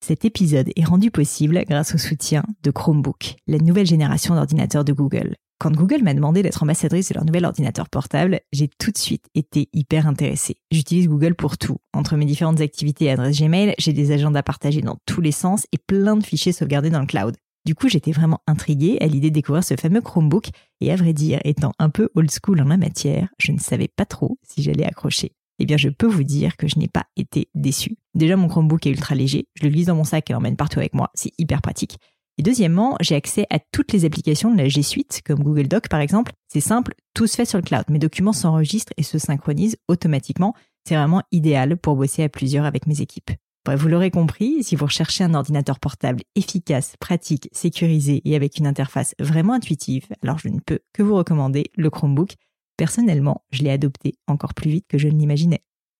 Cet épisode est rendu possible grâce au soutien de Chromebook, la nouvelle génération d'ordinateurs de Google. Quand Google m'a demandé d'être ambassadrice de leur nouvel ordinateur portable, j'ai tout de suite été hyper intéressée. J'utilise Google pour tout. Entre mes différentes activités et adresses Gmail, j'ai des agendas partagés dans tous les sens et plein de fichiers sauvegardés dans le cloud. Du coup, j'étais vraiment intriguée à l'idée de découvrir ce fameux Chromebook et à vrai dire, étant un peu old school en la matière, je ne savais pas trop si j'allais accrocher. Eh bien, je peux vous dire que je n'ai pas été déçue. Déjà, mon Chromebook est ultra léger. Je le glisse dans mon sac et l'emmène partout avec moi. C'est hyper pratique. Et deuxièmement, j'ai accès à toutes les applications de la G Suite, comme Google Docs par exemple. C'est simple, tout se fait sur le cloud. Mes documents s'enregistrent et se synchronisent automatiquement. C'est vraiment idéal pour bosser à plusieurs avec mes équipes. Bref, vous l'aurez compris, si vous recherchez un ordinateur portable efficace, pratique, sécurisé et avec une interface vraiment intuitive, alors je ne peux que vous recommander le Chromebook. Personnellement, je l'ai adopté encore plus vite que je ne l'imaginais.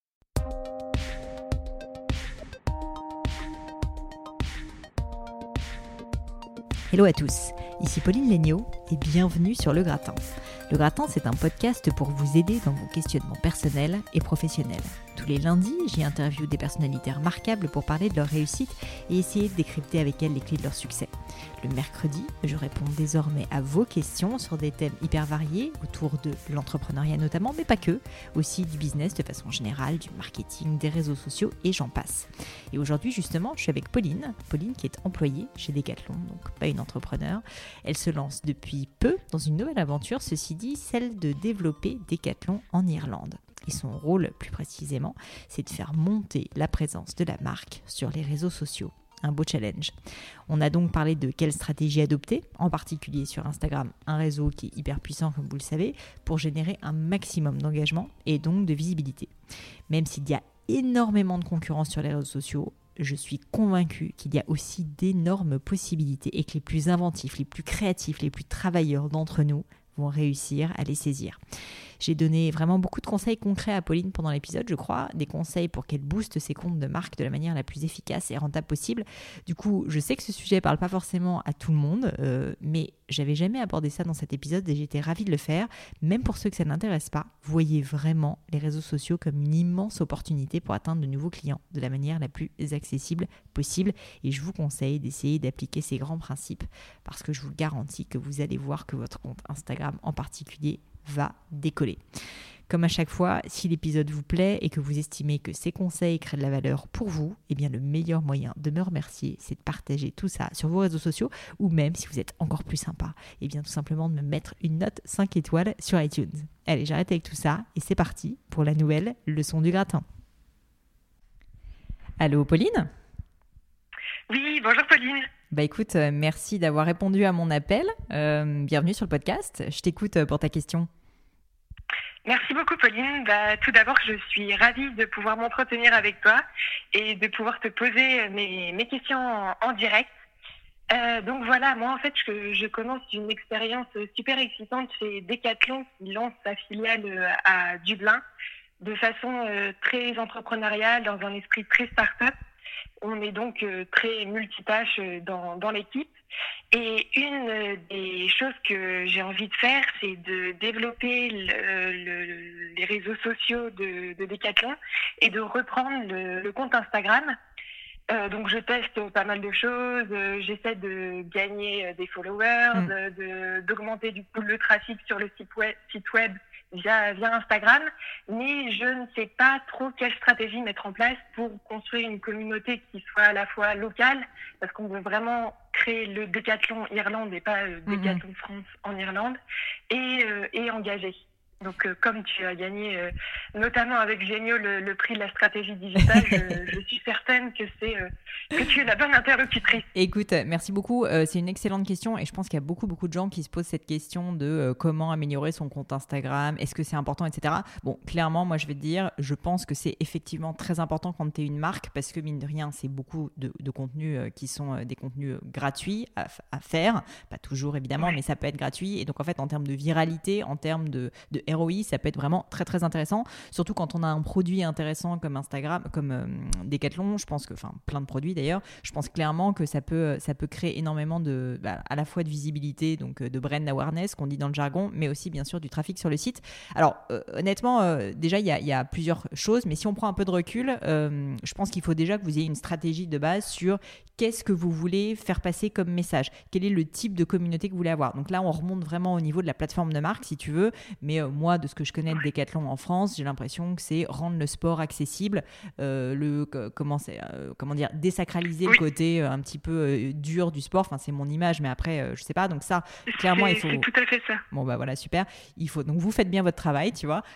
Hello à tous, ici Pauline Léniaud et bienvenue sur Le Gratin. Le Gratin, c'est un podcast pour vous aider dans vos questionnements personnels et professionnels. Tous les lundis, j'y interviewe des personnalités remarquables pour parler de leur réussite et essayer de décrypter avec elles les clés de leur succès. Le mercredi, je réponds désormais à vos questions sur des thèmes hyper variés autour de l'entrepreneuriat notamment, mais pas que, aussi du business de façon générale, du marketing, des réseaux sociaux et j'en passe. Et aujourd'hui justement, je suis avec Pauline qui est employée chez Decathlon, donc pas une entrepreneur. Elle se lance depuis peu dans une nouvelle aventure, ceci dit, celle de développer Decathlon en Irlande. Et son rôle, plus précisément, c'est de faire monter la présence de la marque sur les réseaux sociaux. Un beau challenge. On a donc parlé de quelle stratégie adopter, en particulier sur Instagram, un réseau qui est hyper puissant, comme vous le savez, pour générer un maximum d'engagement et donc de visibilité. Même s'il y a énormément de concurrence sur les réseaux sociaux, je suis convaincue qu'il y a aussi d'énormes possibilités et que les plus inventifs, les plus créatifs, les plus travailleurs d'entre nous vont réussir à les saisir. J'ai donné vraiment beaucoup de conseils concrets à Pauline pendant l'épisode, je crois, des conseils pour qu'elle booste ses comptes de marque de la manière la plus efficace et rentable possible. Du coup, je sais que ce sujet ne parle pas forcément à tout le monde, mais j'avais jamais abordé ça dans cet épisode et j'étais ravie de le faire. Même pour ceux que ça n'intéresse pas, voyez vraiment les réseaux sociaux comme une immense opportunité pour atteindre de nouveaux clients de la manière la plus accessible possible. Et je vous conseille d'essayer d'appliquer ces grands principes parce que je vous garantis que vous allez voir que votre compte Instagram en particulier va décoller. Comme à chaque fois, si l'épisode vous plaît et que vous estimez que ces conseils créent de la valeur pour vous, eh bien le meilleur moyen de me remercier, c'est de partager tout ça sur vos réseaux sociaux ou même, si vous êtes encore plus sympa, eh bien tout simplement de me mettre une note 5 étoiles sur iTunes. Allez, j'arrête avec tout ça et c'est parti pour la nouvelle leçon du gratin. Allô Pauline ? Oui, bonjour Pauline. Écoute, merci d'avoir répondu à mon appel. Bienvenue sur le podcast. Je t'écoute pour ta question. Merci beaucoup Pauline. Tout d'abord, je suis ravie de pouvoir m'entretenir avec toi et de pouvoir te poser mes questions en direct. Donc voilà, moi en fait, je commence une expérience super excitante chez Decathlon qui lance sa filiale à Dublin de façon très entrepreneuriale, dans un esprit très start-up. On est donc très multitâche dans l'équipe. Et une des choses que j'ai envie de faire, c'est de développer les réseaux sociaux de Decathlon et de reprendre le compte Instagram. Donc je teste pas mal de choses, j'essaie de gagner des followers, d'augmenter du coup le trafic sur le site web via Instagram, mais je ne sais pas trop quelle stratégie mettre en place pour construire une communauté qui soit à la fois locale, parce qu'on veut vraiment créer le Decathlon Irlande et pas Decathlon France en Irlande, et engagée. Donc, comme tu as gagné, notamment avec Génio, le prix de la stratégie digitale, je suis certaine que tu es la bonne interlocutrice. Écoute, merci beaucoup. C'est une excellente question et je pense qu'il y a beaucoup de gens qui se posent cette question de comment améliorer son compte Instagram, est-ce que c'est important, etc. Bon, clairement, moi, je vais te dire, je pense que c'est effectivement très important quand tu es une marque parce que, mine de rien, c'est beaucoup de contenus qui sont des contenus gratuits à faire. Pas toujours, évidemment, mais ça peut être gratuit. Et donc, en fait, en termes de viralité, en termes de ROI, ça peut être vraiment très très intéressant, surtout quand on a un produit intéressant comme Instagram, comme Decathlon. Je pense que, plein de produits aujourd'hui d'ailleurs, je pense clairement que ça peut créer énormément à la fois de visibilité, donc de brand awareness qu'on dit dans le jargon, mais aussi bien sûr du trafic sur le site. Alors honnêtement, déjà il y a plusieurs choses, mais si on prend un peu de recul, je pense qu'il faut déjà que vous ayez une stratégie de base sur qu'est-ce que vous voulez faire passer comme message, quel est le type de communauté que vous voulez avoir. Donc là, on remonte vraiment au niveau de la plateforme de marque, si tu veux, mais moi, de ce que je connais de Decathlon en France, j'ai l'impression que c'est rendre le sport accessible, désacraliser le côté un petit peu dur du sport. Enfin, c'est mon image, mais après, je sais pas. Donc ça, clairement, il faut... C'est tout à fait ça. Bon, bah voilà, super. Donc, vous faites bien votre travail, tu vois.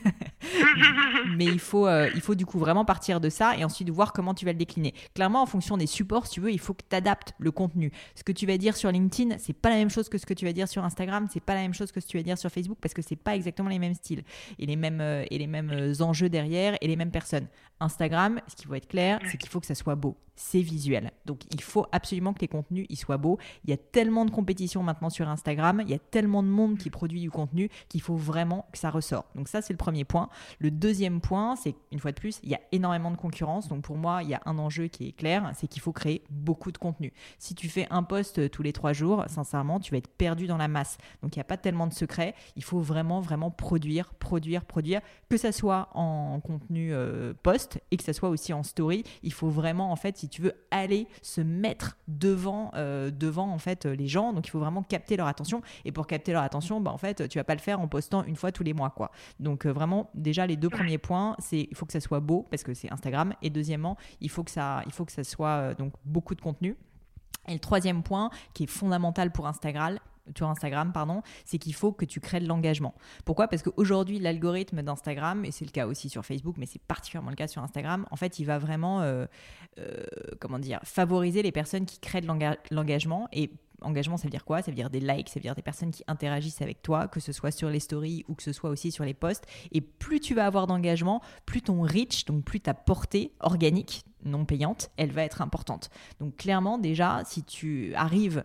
Mais il faut du coup vraiment partir de ça et ensuite voir comment tu vas le décliner. Clairement, en fonction des supports, si tu veux, il faut que tu adaptes le contenu. Ce que tu vas dire sur LinkedIn, c'est pas la même chose que ce que tu vas dire sur Instagram, c'est pas la même chose que ce que tu vas dire sur Facebook parce que c'est pas exactement les mêmes styles et les mêmes enjeux derrière et les mêmes personnes. Instagram, ce qu'il faut être clair, c'est qu'il faut que ça soit beau. C'est visuel. Donc, il faut absolument que les contenus ils soient beaux. Il y a tellement de compétition maintenant sur Instagram, il y a tellement de monde qui produit du contenu qu'il faut vraiment que ça ressort. Donc ça, c'est le premier point. Le deuxième point, c'est une fois de plus, il y a énormément de concurrence. Donc pour moi, il y a un enjeu qui est clair, c'est qu'il faut créer beaucoup de contenu. Si tu fais un post tous les 3 jours, sincèrement, tu vas être perdu dans la masse. Donc il n'y a pas tellement de secret. Il faut vraiment, vraiment produire, que ça soit en contenu post et que ça soit aussi en story. Il faut vraiment, en fait, si tu veux, aller se mettre devant en fait les gens. Donc il faut vraiment capter leur attention. Et pour capter leur attention, en fait, tu vas pas le faire en postant une fois tous les mois, quoi. Donc vraiment, déjà les 2 premiers points, c'est il faut que ça soit beau parce que c'est Instagram. Et deuxièmement, il faut que ça soit donc beaucoup de contenu. Et le troisième point, qui est fondamental pour Instagram, c'est qu'il faut que tu crées de l'engagement. Pourquoi ? Parce qu'aujourd'hui, l'algorithme d'Instagram, et c'est le cas aussi sur Facebook, mais c'est particulièrement le cas sur Instagram, en fait, il va vraiment favoriser les personnes qui créent de l'engagement. Et engagement, ça veut dire quoi ? Ça veut dire des likes, ça veut dire des personnes qui interagissent avec toi, que ce soit sur les stories ou que ce soit aussi sur les posts. Et plus tu vas avoir d'engagement, plus ton reach, donc plus ta portée organique, non payante, elle va être importante. Donc clairement, déjà, si tu arrives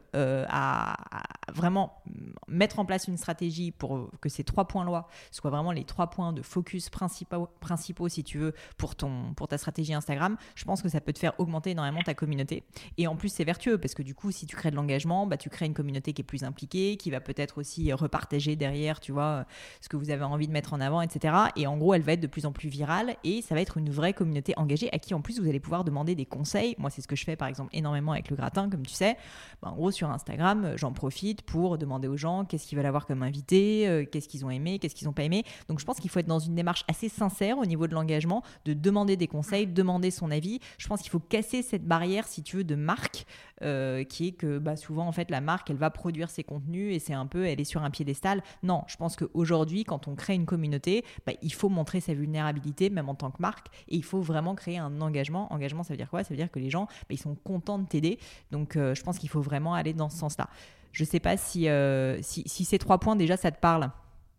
à vraiment mettre en place une stratégie pour que ces 3 points-là soient vraiment les 3 points de focus principaux si tu veux, pour ta stratégie Instagram, je pense que ça peut te faire augmenter énormément ta communauté. Et en plus, c'est vertueux parce que du coup, si tu crées de l'engagement, tu crées une communauté qui est plus impliquée, qui va peut-être aussi repartager derrière, tu vois, ce que vous avez envie de mettre en avant, etc. Et en gros, elle va être de plus en plus virale et ça va être une vraie communauté engagée à qui en plus vous allez pouvoir demander des conseils. Moi, c'est ce que je fais par exemple énormément avec le gratin, comme tu sais. En gros, sur Instagram, j'en profite pour demander aux gens qu'est-ce qu'ils veulent avoir comme invité, qu'est-ce qu'ils ont aimé, qu'est-ce qu'ils n'ont pas aimé. Donc, je pense qu'il faut être dans une démarche assez sincère au niveau de l'engagement, de demander des conseils, demander son avis. Je pense qu'il faut casser cette barrière, si tu veux, de marque, qui est que souvent, en fait, la marque, elle va produire ses contenus et c'est un peu, elle est sur un piédestal. Non, je pense qu'aujourd'hui, quand on crée une communauté, il faut montrer sa vulnérabilité, même en tant que marque, et il faut vraiment créer un engagement. Engagement, ça veut dire quoi ? Ça veut dire que les gens, ils sont contents de t'aider. Donc, je pense qu'il faut vraiment aller dans ce sens-là. Je ne sais pas si ces 3 points, déjà, ça te parle.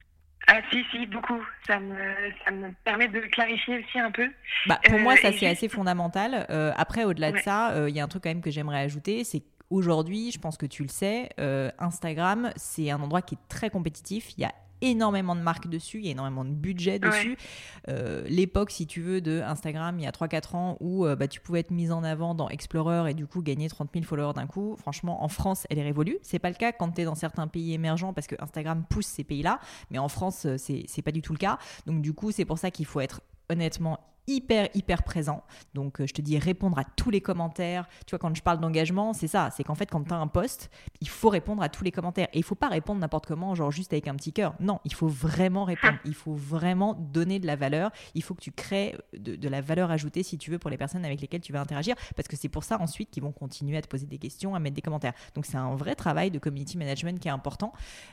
Ah si, beaucoup. Ça me permet de clarifier aussi un peu. Pour moi, ça, c'est assez fondamental. Après, au-delà de ça, il y a un truc quand même que j'aimerais ajouter, c'est qu'aujourd'hui, je pense que tu le sais, Instagram, c'est un endroit qui est très compétitif. Il y a énormément de marques dessus, il y a énormément de budget dessus. L'époque, si tu veux, de Instagram, il y a 3-4 ans, où tu pouvais être mise en avant dans Explorer et du coup gagner 30 000 followers d'un coup, franchement, en France, elle est révolue. C'est pas le cas quand tu es dans certains pays émergents parce que Instagram pousse ces pays-là, mais en France, c'est pas du tout le cas. Donc du coup, c'est pour ça qu'il faut être honnêtement hyper présent. Donc je te dis répondre à tous les commentaires. Tu vois, quand je parle d'engagement, c'est ça, c'est qu'en fait quand tu as un post, il faut répondre à tous les commentaires et il faut pas répondre n'importe comment, genre juste avec un petit cœur. Non, il faut vraiment répondre, il faut vraiment donner de la valeur, il faut que tu crées de la valeur ajoutée si tu veux pour les personnes avec lesquelles tu vas interagir, parce que c'est pour ça ensuite qu'ils vont continuer à te poser des questions, à mettre des commentaires. Donc c'est un vrai travail de community management qui est important.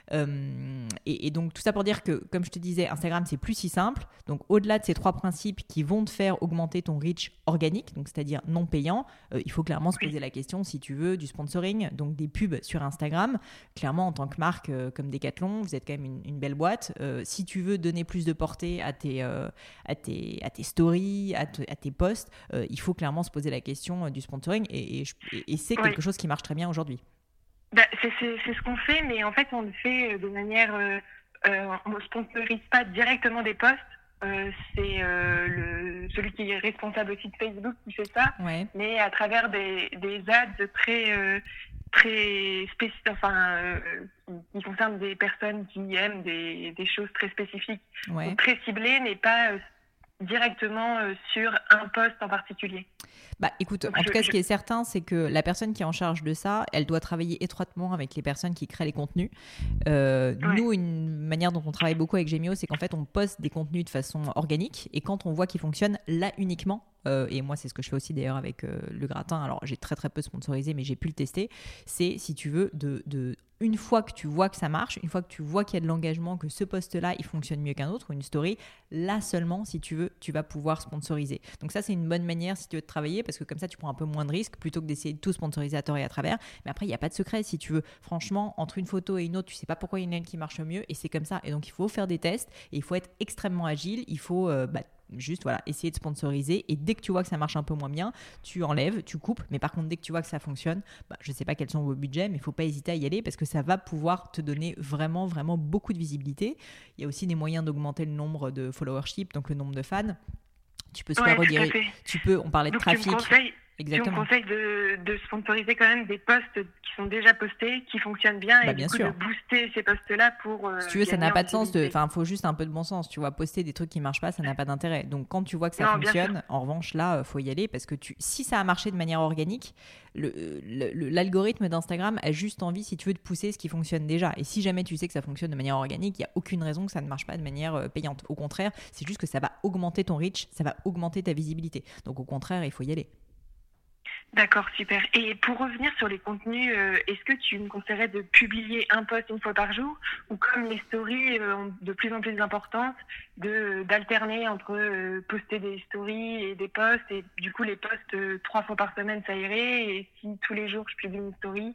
Et donc tout ça pour dire que, comme je te disais, Instagram c'est plus si simple. Donc au-delà de ces 3 principes qui vont te faire augmenter ton reach organique, donc c'est-à-dire non payant, il faut clairement se poser la question, si tu veux, du sponsoring, donc des pubs sur Instagram. Clairement, en tant que marque comme Decathlon, vous êtes quand même une belle boîte. Si tu veux donner plus de portée à tes stories, à tes posts, il faut clairement se poser la question du sponsoring et c'est quelque chose qui marche très bien aujourd'hui. C'est ce qu'on fait, mais en fait, on le fait de manière... on ne sponsorise pas directement des posts. c'est celui qui est responsable aussi de Facebook qui fait ça, Ouais. mais à travers des ads très spécifiques, qui concernent des personnes qui aiment des choses très spécifiques, Ouais. donc très ciblées, mais pas directement sur un poste en particulier. Bah écoute, Donc en tout cas, ce qui est certain, c'est que la personne qui est en charge de ça, elle doit travailler étroitement avec les personnes qui créent les contenus. Nous, une manière dont on travaille beaucoup avec Gemio, c'est qu'en fait, on poste des contenus de façon organique et quand on voit qu'ils fonctionnent, là uniquement, et moi, c'est ce que je fais aussi d'ailleurs avec le gratin. Alors, j'ai très très peu sponsorisé, mais j'ai pu le tester. C'est, si tu veux, une fois que tu vois que ça marche, une fois que tu vois qu'il y a de l'engagement, que ce post-là, il fonctionne mieux qu'un autre, ou une story, là seulement, si tu veux, tu vas pouvoir sponsoriser. Donc ça, c'est une bonne manière si tu veux de travailler, parce que comme ça, tu prends un peu moins de risques, plutôt que d'essayer de tout sponsoriser à tort et à travers. Mais après, il n'y a pas de secret, si tu veux. Franchement, entre une photo et une autre, tu sais pas pourquoi il y en a une qui marche mieux, et c'est comme ça. Et donc, il faut faire des tests, et il faut être extrêmement agile, il faut juste voilà, essayer de sponsoriser, et dès que tu vois que ça marche un peu moins bien, tu enlèves, tu coupes, mais par contre dès que tu vois que ça fonctionne, je ne sais pas quels sont vos budgets, mais il ne faut pas hésiter à y aller parce que ça va pouvoir te donner vraiment vraiment beaucoup de visibilité. Il y a aussi des moyens d'augmenter le nombre de followership, donc le nombre de fans. Tu peux soit rediriger, on parlait de trafic. Exactement. Tu me conseilles de sponsoriser quand même des posts qui sont déjà postés, qui fonctionnent bien, et bien du coup sûr. de booster ces posts-là pour... si tu veux, ça n'a pas de sens. Faut juste un peu de bon sens. Tu vois, poster des trucs qui ne marchent pas, ça n'a pas d'intérêt. Donc, quand tu vois que ça fonctionne, en revanche, là, il faut y aller parce que si ça a marché de manière organique, l'algorithme d'Instagram a juste envie, si tu veux, de pousser ce qui fonctionne déjà. Et si jamais tu sais que ça fonctionne de manière organique, il n'y a aucune raison que ça ne marche pas de manière payante. Au contraire, c'est juste que ça va augmenter ton reach, ça va augmenter ta visibilité. Donc, au contraire, il faut y aller. D'accord, super. Et pour revenir sur les contenus, est-ce que tu me conseillerais de publier un post une fois par jour, ou comme les stories ont de plus en plus d'importance, d'alterner entre poster des stories et des posts, et du coup les posts 3 fois par semaine ça irait, et si tous les jours je publie une story?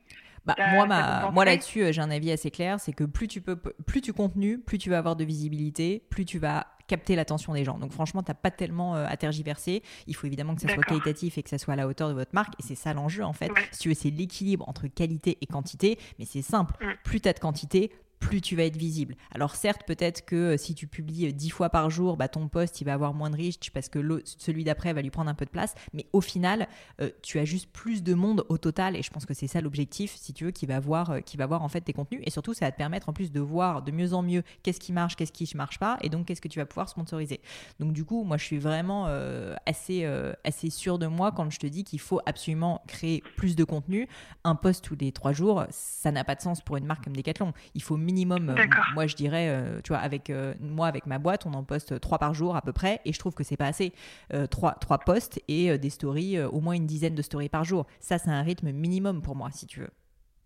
Moi là-dessus, j'ai un avis assez clair, c'est que plus tu contenus, plus tu vas avoir de visibilité, plus tu vas capter l'attention des gens. Donc franchement, tu n'as pas tellement à tergiverser. Il faut évidemment que ça soit qualitatif et que ça soit à la hauteur de votre marque. Et c'est ça l'enjeu en fait. Si tu veux, c'est l'équilibre entre qualité et quantité. Mais c'est simple. Plus tu as de quantité, plus tu vas être visible. Alors certes, peut-être que si tu publies 10 fois par jour, ton post il va avoir moins de reach parce que celui d'après va lui prendre un peu de place, mais au final, tu as juste plus de monde au total, et je pense que c'est ça l'objectif, si tu veux, qui va voir en fait tes contenus, et surtout ça va te permettre en plus de voir de mieux en mieux qu'est-ce qui marche, qu'est-ce qui ne marche pas, et donc qu'est-ce que tu vas pouvoir sponsoriser. Donc du coup, moi je suis vraiment assez sûre de moi quand je te dis qu'il faut absolument créer plus de contenu. Un post tous les 3 jours, ça n'a pas de sens pour une marque comme Decathlon. Il faut minimum, moi je dirais, tu vois, avec ma boîte, on en poste 3 par jour à peu près, et je trouve que c'est pas assez. 3 posts et des stories, au moins une dizaine de stories par jour. Ça, c'est un rythme minimum pour moi, si tu veux.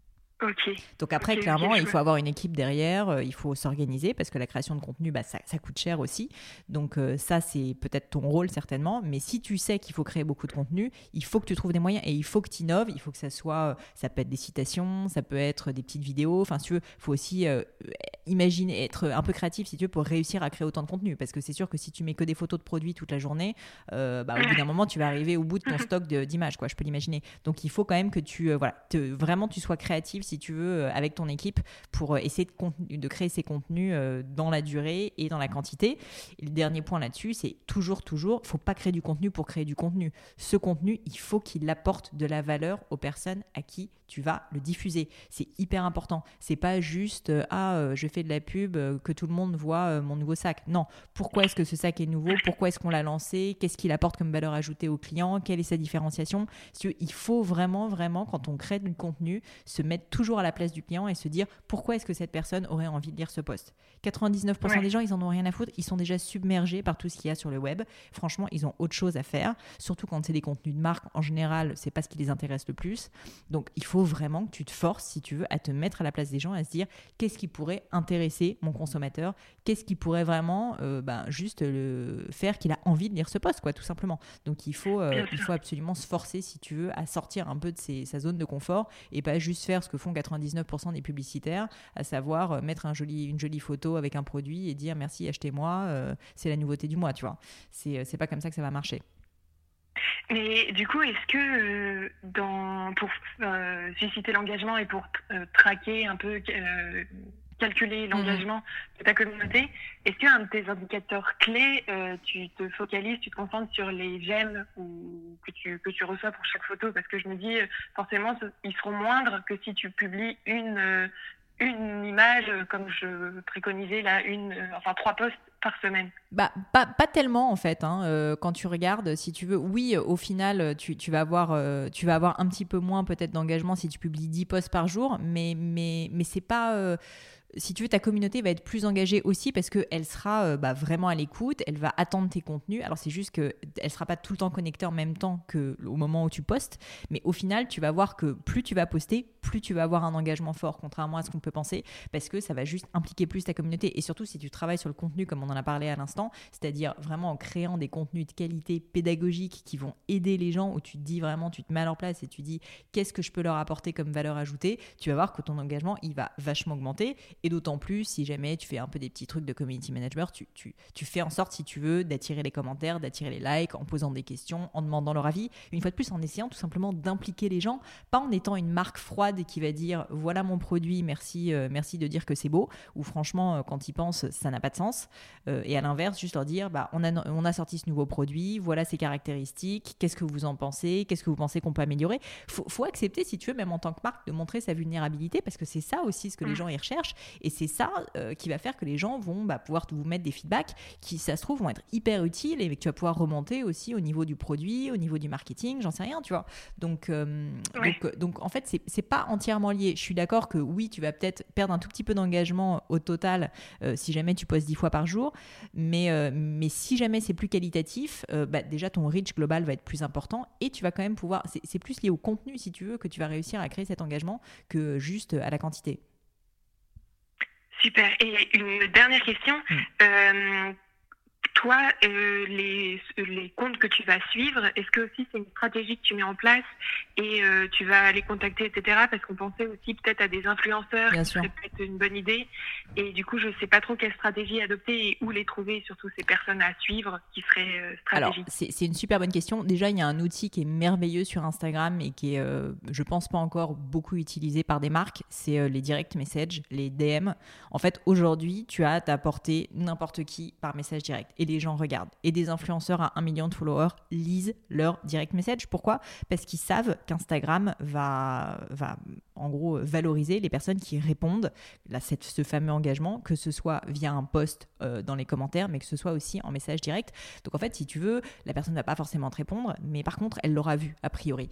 Donc après, clairement, il faut avoir une équipe derrière, il faut s'organiser parce que la création de contenu, ça coûte cher aussi. Donc ça, c'est peut-être ton rôle certainement. Mais si tu sais qu'il faut créer beaucoup de contenu, il faut que tu trouves des moyens et il faut que tu innoves. Il faut que ça peut être des citations, ça peut être des petites vidéos. Enfin, si tu veux, il faut aussi imaginer, être un peu créatif si tu veux pour réussir à créer autant de contenu. Parce que c'est sûr que si tu mets que des photos de produits toute la journée, au bout d'un moment, tu vas arriver au bout de ton stock d'images, quoi. Je peux l'imaginer. Donc il faut quand même que vraiment tu sois créatif, si tu veux, avec ton équipe pour essayer de créer ces contenus dans la durée et dans la quantité. Et le dernier point là-dessus, c'est toujours, faut pas créer du contenu pour créer du contenu. Ce contenu, il faut qu'il apporte de la valeur aux personnes à qui tu vas le diffuser. C'est hyper important. C'est pas juste je fais de la pub, que tout le monde voit mon nouveau sac. Non. Pourquoi est-ce que ce sac est nouveau? Pourquoi est-ce qu'on l'a lancé? Qu'est-ce qu'il apporte comme valeur ajoutée au client? Quelle est sa différenciation? Il faut vraiment, vraiment, quand on crée du contenu, se mettre toujours à la place du client et se dire pourquoi est-ce que cette personne aurait envie de lire ce post. 99% des gens, ils en ont rien à foutre. Ils sont déjà submergés par tout ce qu'il y a sur le web. Franchement, ils ont autre chose à faire. Surtout quand c'est des contenus de marque, en général, c'est pas ce qui les intéresse le plus. Donc, il faut vraiment que tu te forces, si tu veux, à te mettre à la place des gens, à se dire qu'est-ce qui pourrait intéresser mon consommateur, qu'est-ce qui pourrait vraiment juste faire qu'il a envie de lire ce post, quoi, tout simplement. Donc il faut absolument se forcer, si tu veux, à sortir un peu de sa zone de confort et pas juste faire ce que font 99% des publicitaires, à savoir mettre une jolie photo avec un produit et dire merci, achetez-moi, c'est la nouveauté du mois, tu vois. C'est pas comme ça que ça va marcher. Mais du coup, est-ce que pour susciter l'engagement et pour traquer un peu calculer l'engagement de ta communauté. Est-ce qu'un de tes indicateurs clés, tu te focalises, tu te concentres sur les j'aime ou que tu reçois pour chaque photo? Parce que je me dis, forcément, ils seront moindres que si tu publies une image, comme je préconisais là, 3 posts par semaine. Pas tellement en fait, hein. Quand tu regardes, si tu veux, oui, au final, tu vas avoir un petit peu moins peut-être d'engagement si tu publies 10 posts par jour, mais c'est pas... si tu veux, ta communauté va être plus engagée aussi parce qu'elle sera vraiment à l'écoute, elle va attendre tes contenus. Alors c'est juste qu'elle ne sera pas tout le temps connectée en même temps qu'au moment où tu postes, mais au final, tu vas voir que plus tu vas poster, plus tu vas avoir un engagement fort, contrairement à ce qu'on peut penser, parce que ça va juste impliquer plus ta communauté. Et surtout, si tu travailles sur le contenu, comme on en a parlé à l'instant, c'est-à-dire vraiment en créant des contenus de qualité pédagogique qui vont aider les gens, où tu te dis vraiment, tu te mets à leur place et tu dis qu'est-ce que je peux leur apporter comme valeur ajoutée, tu vas voir que ton engagement, il va vachement augmenter. Et d'autant plus si jamais tu fais un peu des petits trucs de community manager, tu fais en sorte, si tu veux, d'attirer les commentaires, d'attirer les likes, en posant des questions, en demandant leur avis. Une fois de plus, en essayant tout simplement d'impliquer les gens, pas en étant une marque froide qui va dire voilà mon produit, merci de dire que c'est beau, ou franchement, quand ils pensent, ça n'a pas de sens. Et à l'inverse, juste leur dire on a sorti ce nouveau produit, voilà ses caractéristiques, qu'est-ce que vous en pensez, qu'est-ce que vous pensez qu'on peut améliorer. Faut accepter, si tu veux, même en tant que marque, de montrer sa vulnérabilité, parce que c'est ça aussi ce que les gens y recherchent. Et c'est ça qui va faire que les gens vont pouvoir vous mettre des feedbacks qui, ça se trouve, vont être hyper utiles et que tu vas pouvoir remonter aussi au niveau du produit, au niveau du marketing, j'en sais rien, tu vois. Donc en fait, c'est pas entièrement lié. Je suis d'accord que oui, tu vas peut-être perdre un tout petit peu d'engagement au total si jamais tu postes 10 fois par jour, mais si jamais c'est plus qualitatif, déjà ton reach global va être plus important et tu vas quand même pouvoir... C'est plus lié au contenu, si tu veux, que tu vas réussir à créer cet engagement que juste à la quantité. Super. Et une dernière question. Toi, les comptes que tu vas suivre, est-ce que aussi c'est une stratégie que tu mets en place et tu vas les contacter, etc. Parce qu'on pensait aussi peut-être à des influenceurs qui serait peut-être une bonne idée. Et du coup, je ne sais pas trop quelle stratégie adopter et où les trouver, surtout ces personnes à suivre qui seraient stratégiques. Alors, c'est une super bonne question. Déjà, il y a un outil qui est merveilleux sur Instagram et qui est, je pense, pas encore beaucoup utilisé par des marques. C'est les direct messages, les DM. En fait, aujourd'hui, tu as à ta portée n'importe qui par message direct. Et les gens regardent. Et des influenceurs à 1 million de followers lisent leur direct message. Pourquoi ? Parce qu'ils savent qu'Instagram va en gros valoriser les personnes qui répondent à ce fameux engagement, que ce soit via un post dans les commentaires, mais que ce soit aussi en message direct. Donc en fait, si tu veux, la personne ne va pas forcément te répondre, mais par contre, elle l'aura vu a priori.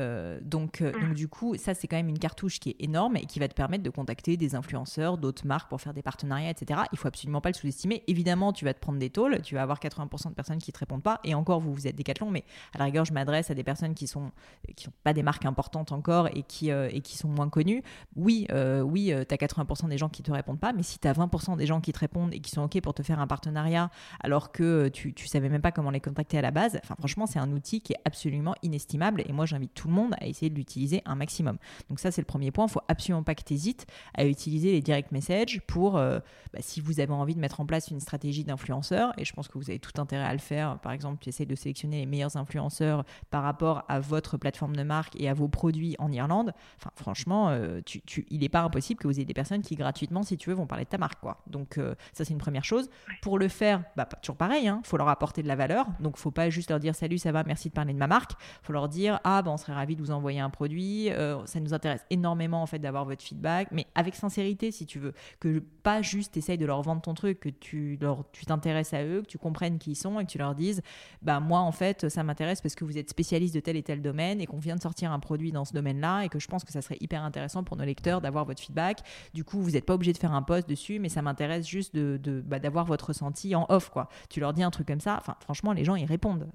Donc du coup, ça c'est quand même une cartouche qui est énorme et qui va te permettre de contacter des influenceurs, d'autres marques pour faire des partenariats, etc. Il faut absolument pas le sous-estimer. Évidemment, tu vas te prendre des tôles, tu vas avoir 80% de personnes qui te répondent pas, et encore vous êtes Decathlon, mais à la rigueur, je m'adresse à des personnes qui sont pas des marques importantes encore et qui sont moins connues. Oui, tu as 80% des gens qui te répondent pas, mais si tu as 20% des gens qui te répondent et qui sont OK pour te faire un partenariat alors que tu savais même pas comment les contacter à la base, enfin franchement, c'est un outil qui est absolument inestimable et moi j'invite tout le monde à essayer de l'utiliser un maximum. Donc ça, c'est le premier point. Il faut absolument pas que tu hésites à utiliser les direct messages pour si vous avez envie de mettre en place une stratégie d'influenceur, et je pense que vous avez tout intérêt à le faire. Par exemple, tu essaies de sélectionner les meilleurs influenceurs par rapport à votre plateforme de marque et à vos produits en Irlande. Enfin, franchement, il n'est pas impossible que vous ayez des personnes qui gratuitement, si tu veux, vont parler de ta marque, quoi. Donc ça, c'est une première chose. Pour le faire, toujours pareil, faut leur apporter de la valeur. Donc faut pas juste leur dire salut, ça va, merci de parler de ma marque. Faut leur dire on serait ravis de vous envoyer un produit, ça nous intéresse énormément en fait d'avoir votre feedback, mais avec sincérité, si tu veux, que pas juste essaye de leur vendre ton truc, que tu t'intéresses à eux, que tu comprennes qui ils sont et que tu leur dises moi en fait ça m'intéresse parce que vous êtes spécialiste de tel et tel domaine et qu'on vient de sortir un produit dans ce domaine-là et que je pense que ça serait hyper intéressant pour nos lecteurs d'avoir votre feedback. Du coup, vous n'êtes pas obligé de faire un post dessus, mais ça m'intéresse juste d'avoir votre ressenti en off, quoi. Tu leur dis un truc comme ça, enfin franchement les gens ils répondent,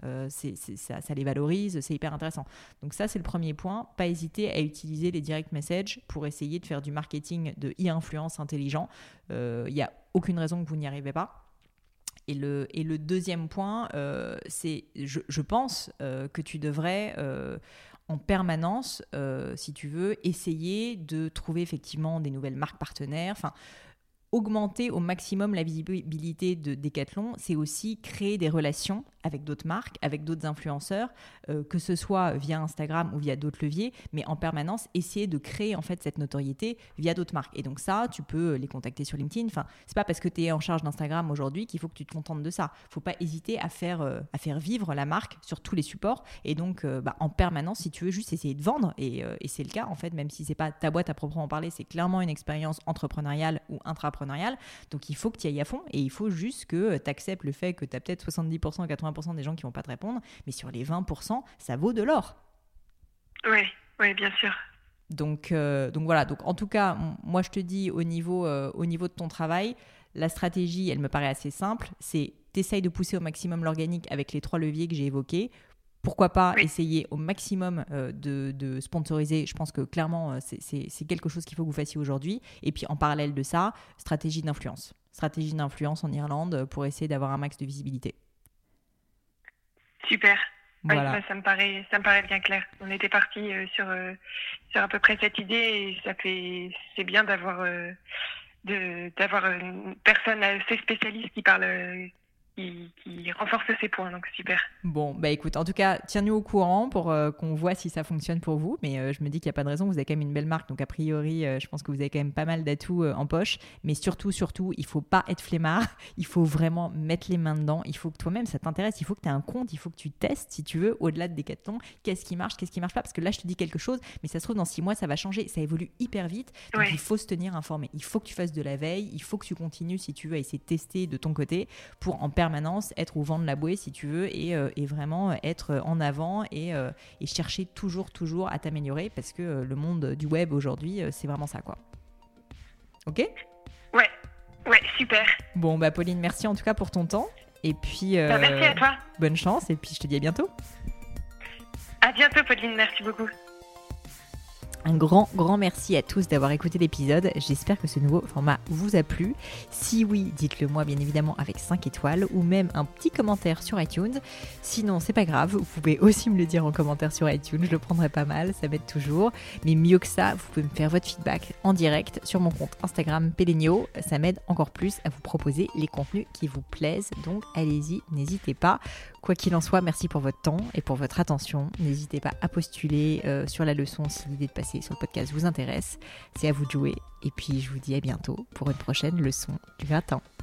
ça les valorise, c'est hyper intéressant. Donc ça, c'est le premier point. Pas hésiter à utiliser les direct messages pour essayer de faire du marketing de e-influence intelligent. Il n'y a aucune raison que vous n'y arrivez pas. Et le deuxième point, c'est, je pense que tu devrais en permanence, si tu veux, essayer de trouver effectivement des nouvelles marques partenaires. Enfin, augmenter au maximum la visibilité de Decathlon, c'est aussi créer des relations avec d'autres marques, avec d'autres influenceurs, que ce soit via Instagram ou via d'autres leviers, mais en permanence, essayer de créer en fait cette notoriété via d'autres marques. Et donc ça, tu peux les contacter sur LinkedIn. Enfin, c'est pas parce que tu es en charge d'Instagram aujourd'hui qu'il faut que tu te contentes de ça. Faut pas hésiter à faire vivre la marque sur tous les supports. Et donc, en permanence, si tu veux juste essayer de vendre, et c'est le cas en fait, même si c'est pas ta boîte à proprement parler, c'est clairement une expérience entrepreneuriale ou intrapreneuriale. Donc il faut que tu y ailles à fond, et il faut juste que tu acceptes le fait que tu as peut-être 70%, 80% des gens qui vont pas te répondre, mais sur les 20%, ça vaut de l'or. Oui, bien sûr. Donc voilà, donc en tout cas, moi je te dis au niveau de ton travail, la stratégie, elle me paraît assez simple, c'est t'essayes de pousser au maximum l'organique avec les 3 leviers que j'ai évoqués. Pourquoi pas essayer au maximum de sponsoriser. Je pense que clairement, c'est quelque chose qu'il faut que vous fassiez aujourd'hui. Et puis en parallèle de ça, stratégie d'influence en Irlande pour essayer d'avoir un max de visibilité. Super. Voilà. Ça me paraît bien clair. On était parti sur à peu près cette idée, et c'est bien d'avoir une personne assez spécialiste qui parle, qui renforce ces points, donc super. Bon, écoute, en tout cas, tiens-nous au courant pour qu'on voit si ça fonctionne pour vous, mais je me dis qu'il n'y a pas de raison, vous avez quand même une belle marque, donc a priori, je pense que vous avez quand même pas mal d'atouts en poche, mais surtout, il faut pas être flemmard, il faut vraiment mettre les mains dedans, il faut que toi-même ça t'intéresse, il faut que tu aies un compte, il faut que tu testes, si tu veux, au-delà de Decathlon, qu'est-ce qui marche pas, parce que là, je te dis quelque chose, mais ça se trouve, dans 6 mois, ça va changer, ça évolue hyper vite, donc il faut se tenir informé, il faut que tu fasses de la veille, il faut que tu continues, si tu veux, à essayer de tester de ton côté, pour en permanence être au vent de la bouée, si tu veux, et vraiment être en avant et chercher toujours à t'améliorer, parce que le monde du web aujourd'hui, c'est vraiment ça, quoi. Ok ? Ouais, super. Bon, Pauline, merci en tout cas pour ton temps, et puis merci à toi. Bonne chance, et puis je te dis à bientôt. À bientôt, Pauline, merci beaucoup. Un grand merci à tous d'avoir écouté l'épisode. J'espère que ce nouveau format vous a plu. Si oui, dites-le moi bien évidemment avec 5 étoiles ou même un petit commentaire sur iTunes. Sinon, c'est pas grave, vous pouvez aussi me le dire en commentaire sur iTunes. Je le prendrai pas mal, ça m'aide toujours. Mais mieux que ça, vous pouvez me faire votre feedback en direct sur mon compte Instagram Pelenio. Ça m'aide encore plus à vous proposer les contenus qui vous plaisent. Donc allez-y, n'hésitez pas. Quoi qu'il en soit, merci pour votre temps et pour votre attention. N'hésitez pas à postuler sur la leçon si l'idée de passer sur le podcast vous intéresse. C'est à vous de jouer. Et puis, je vous dis à bientôt pour une prochaine leçon du gratin.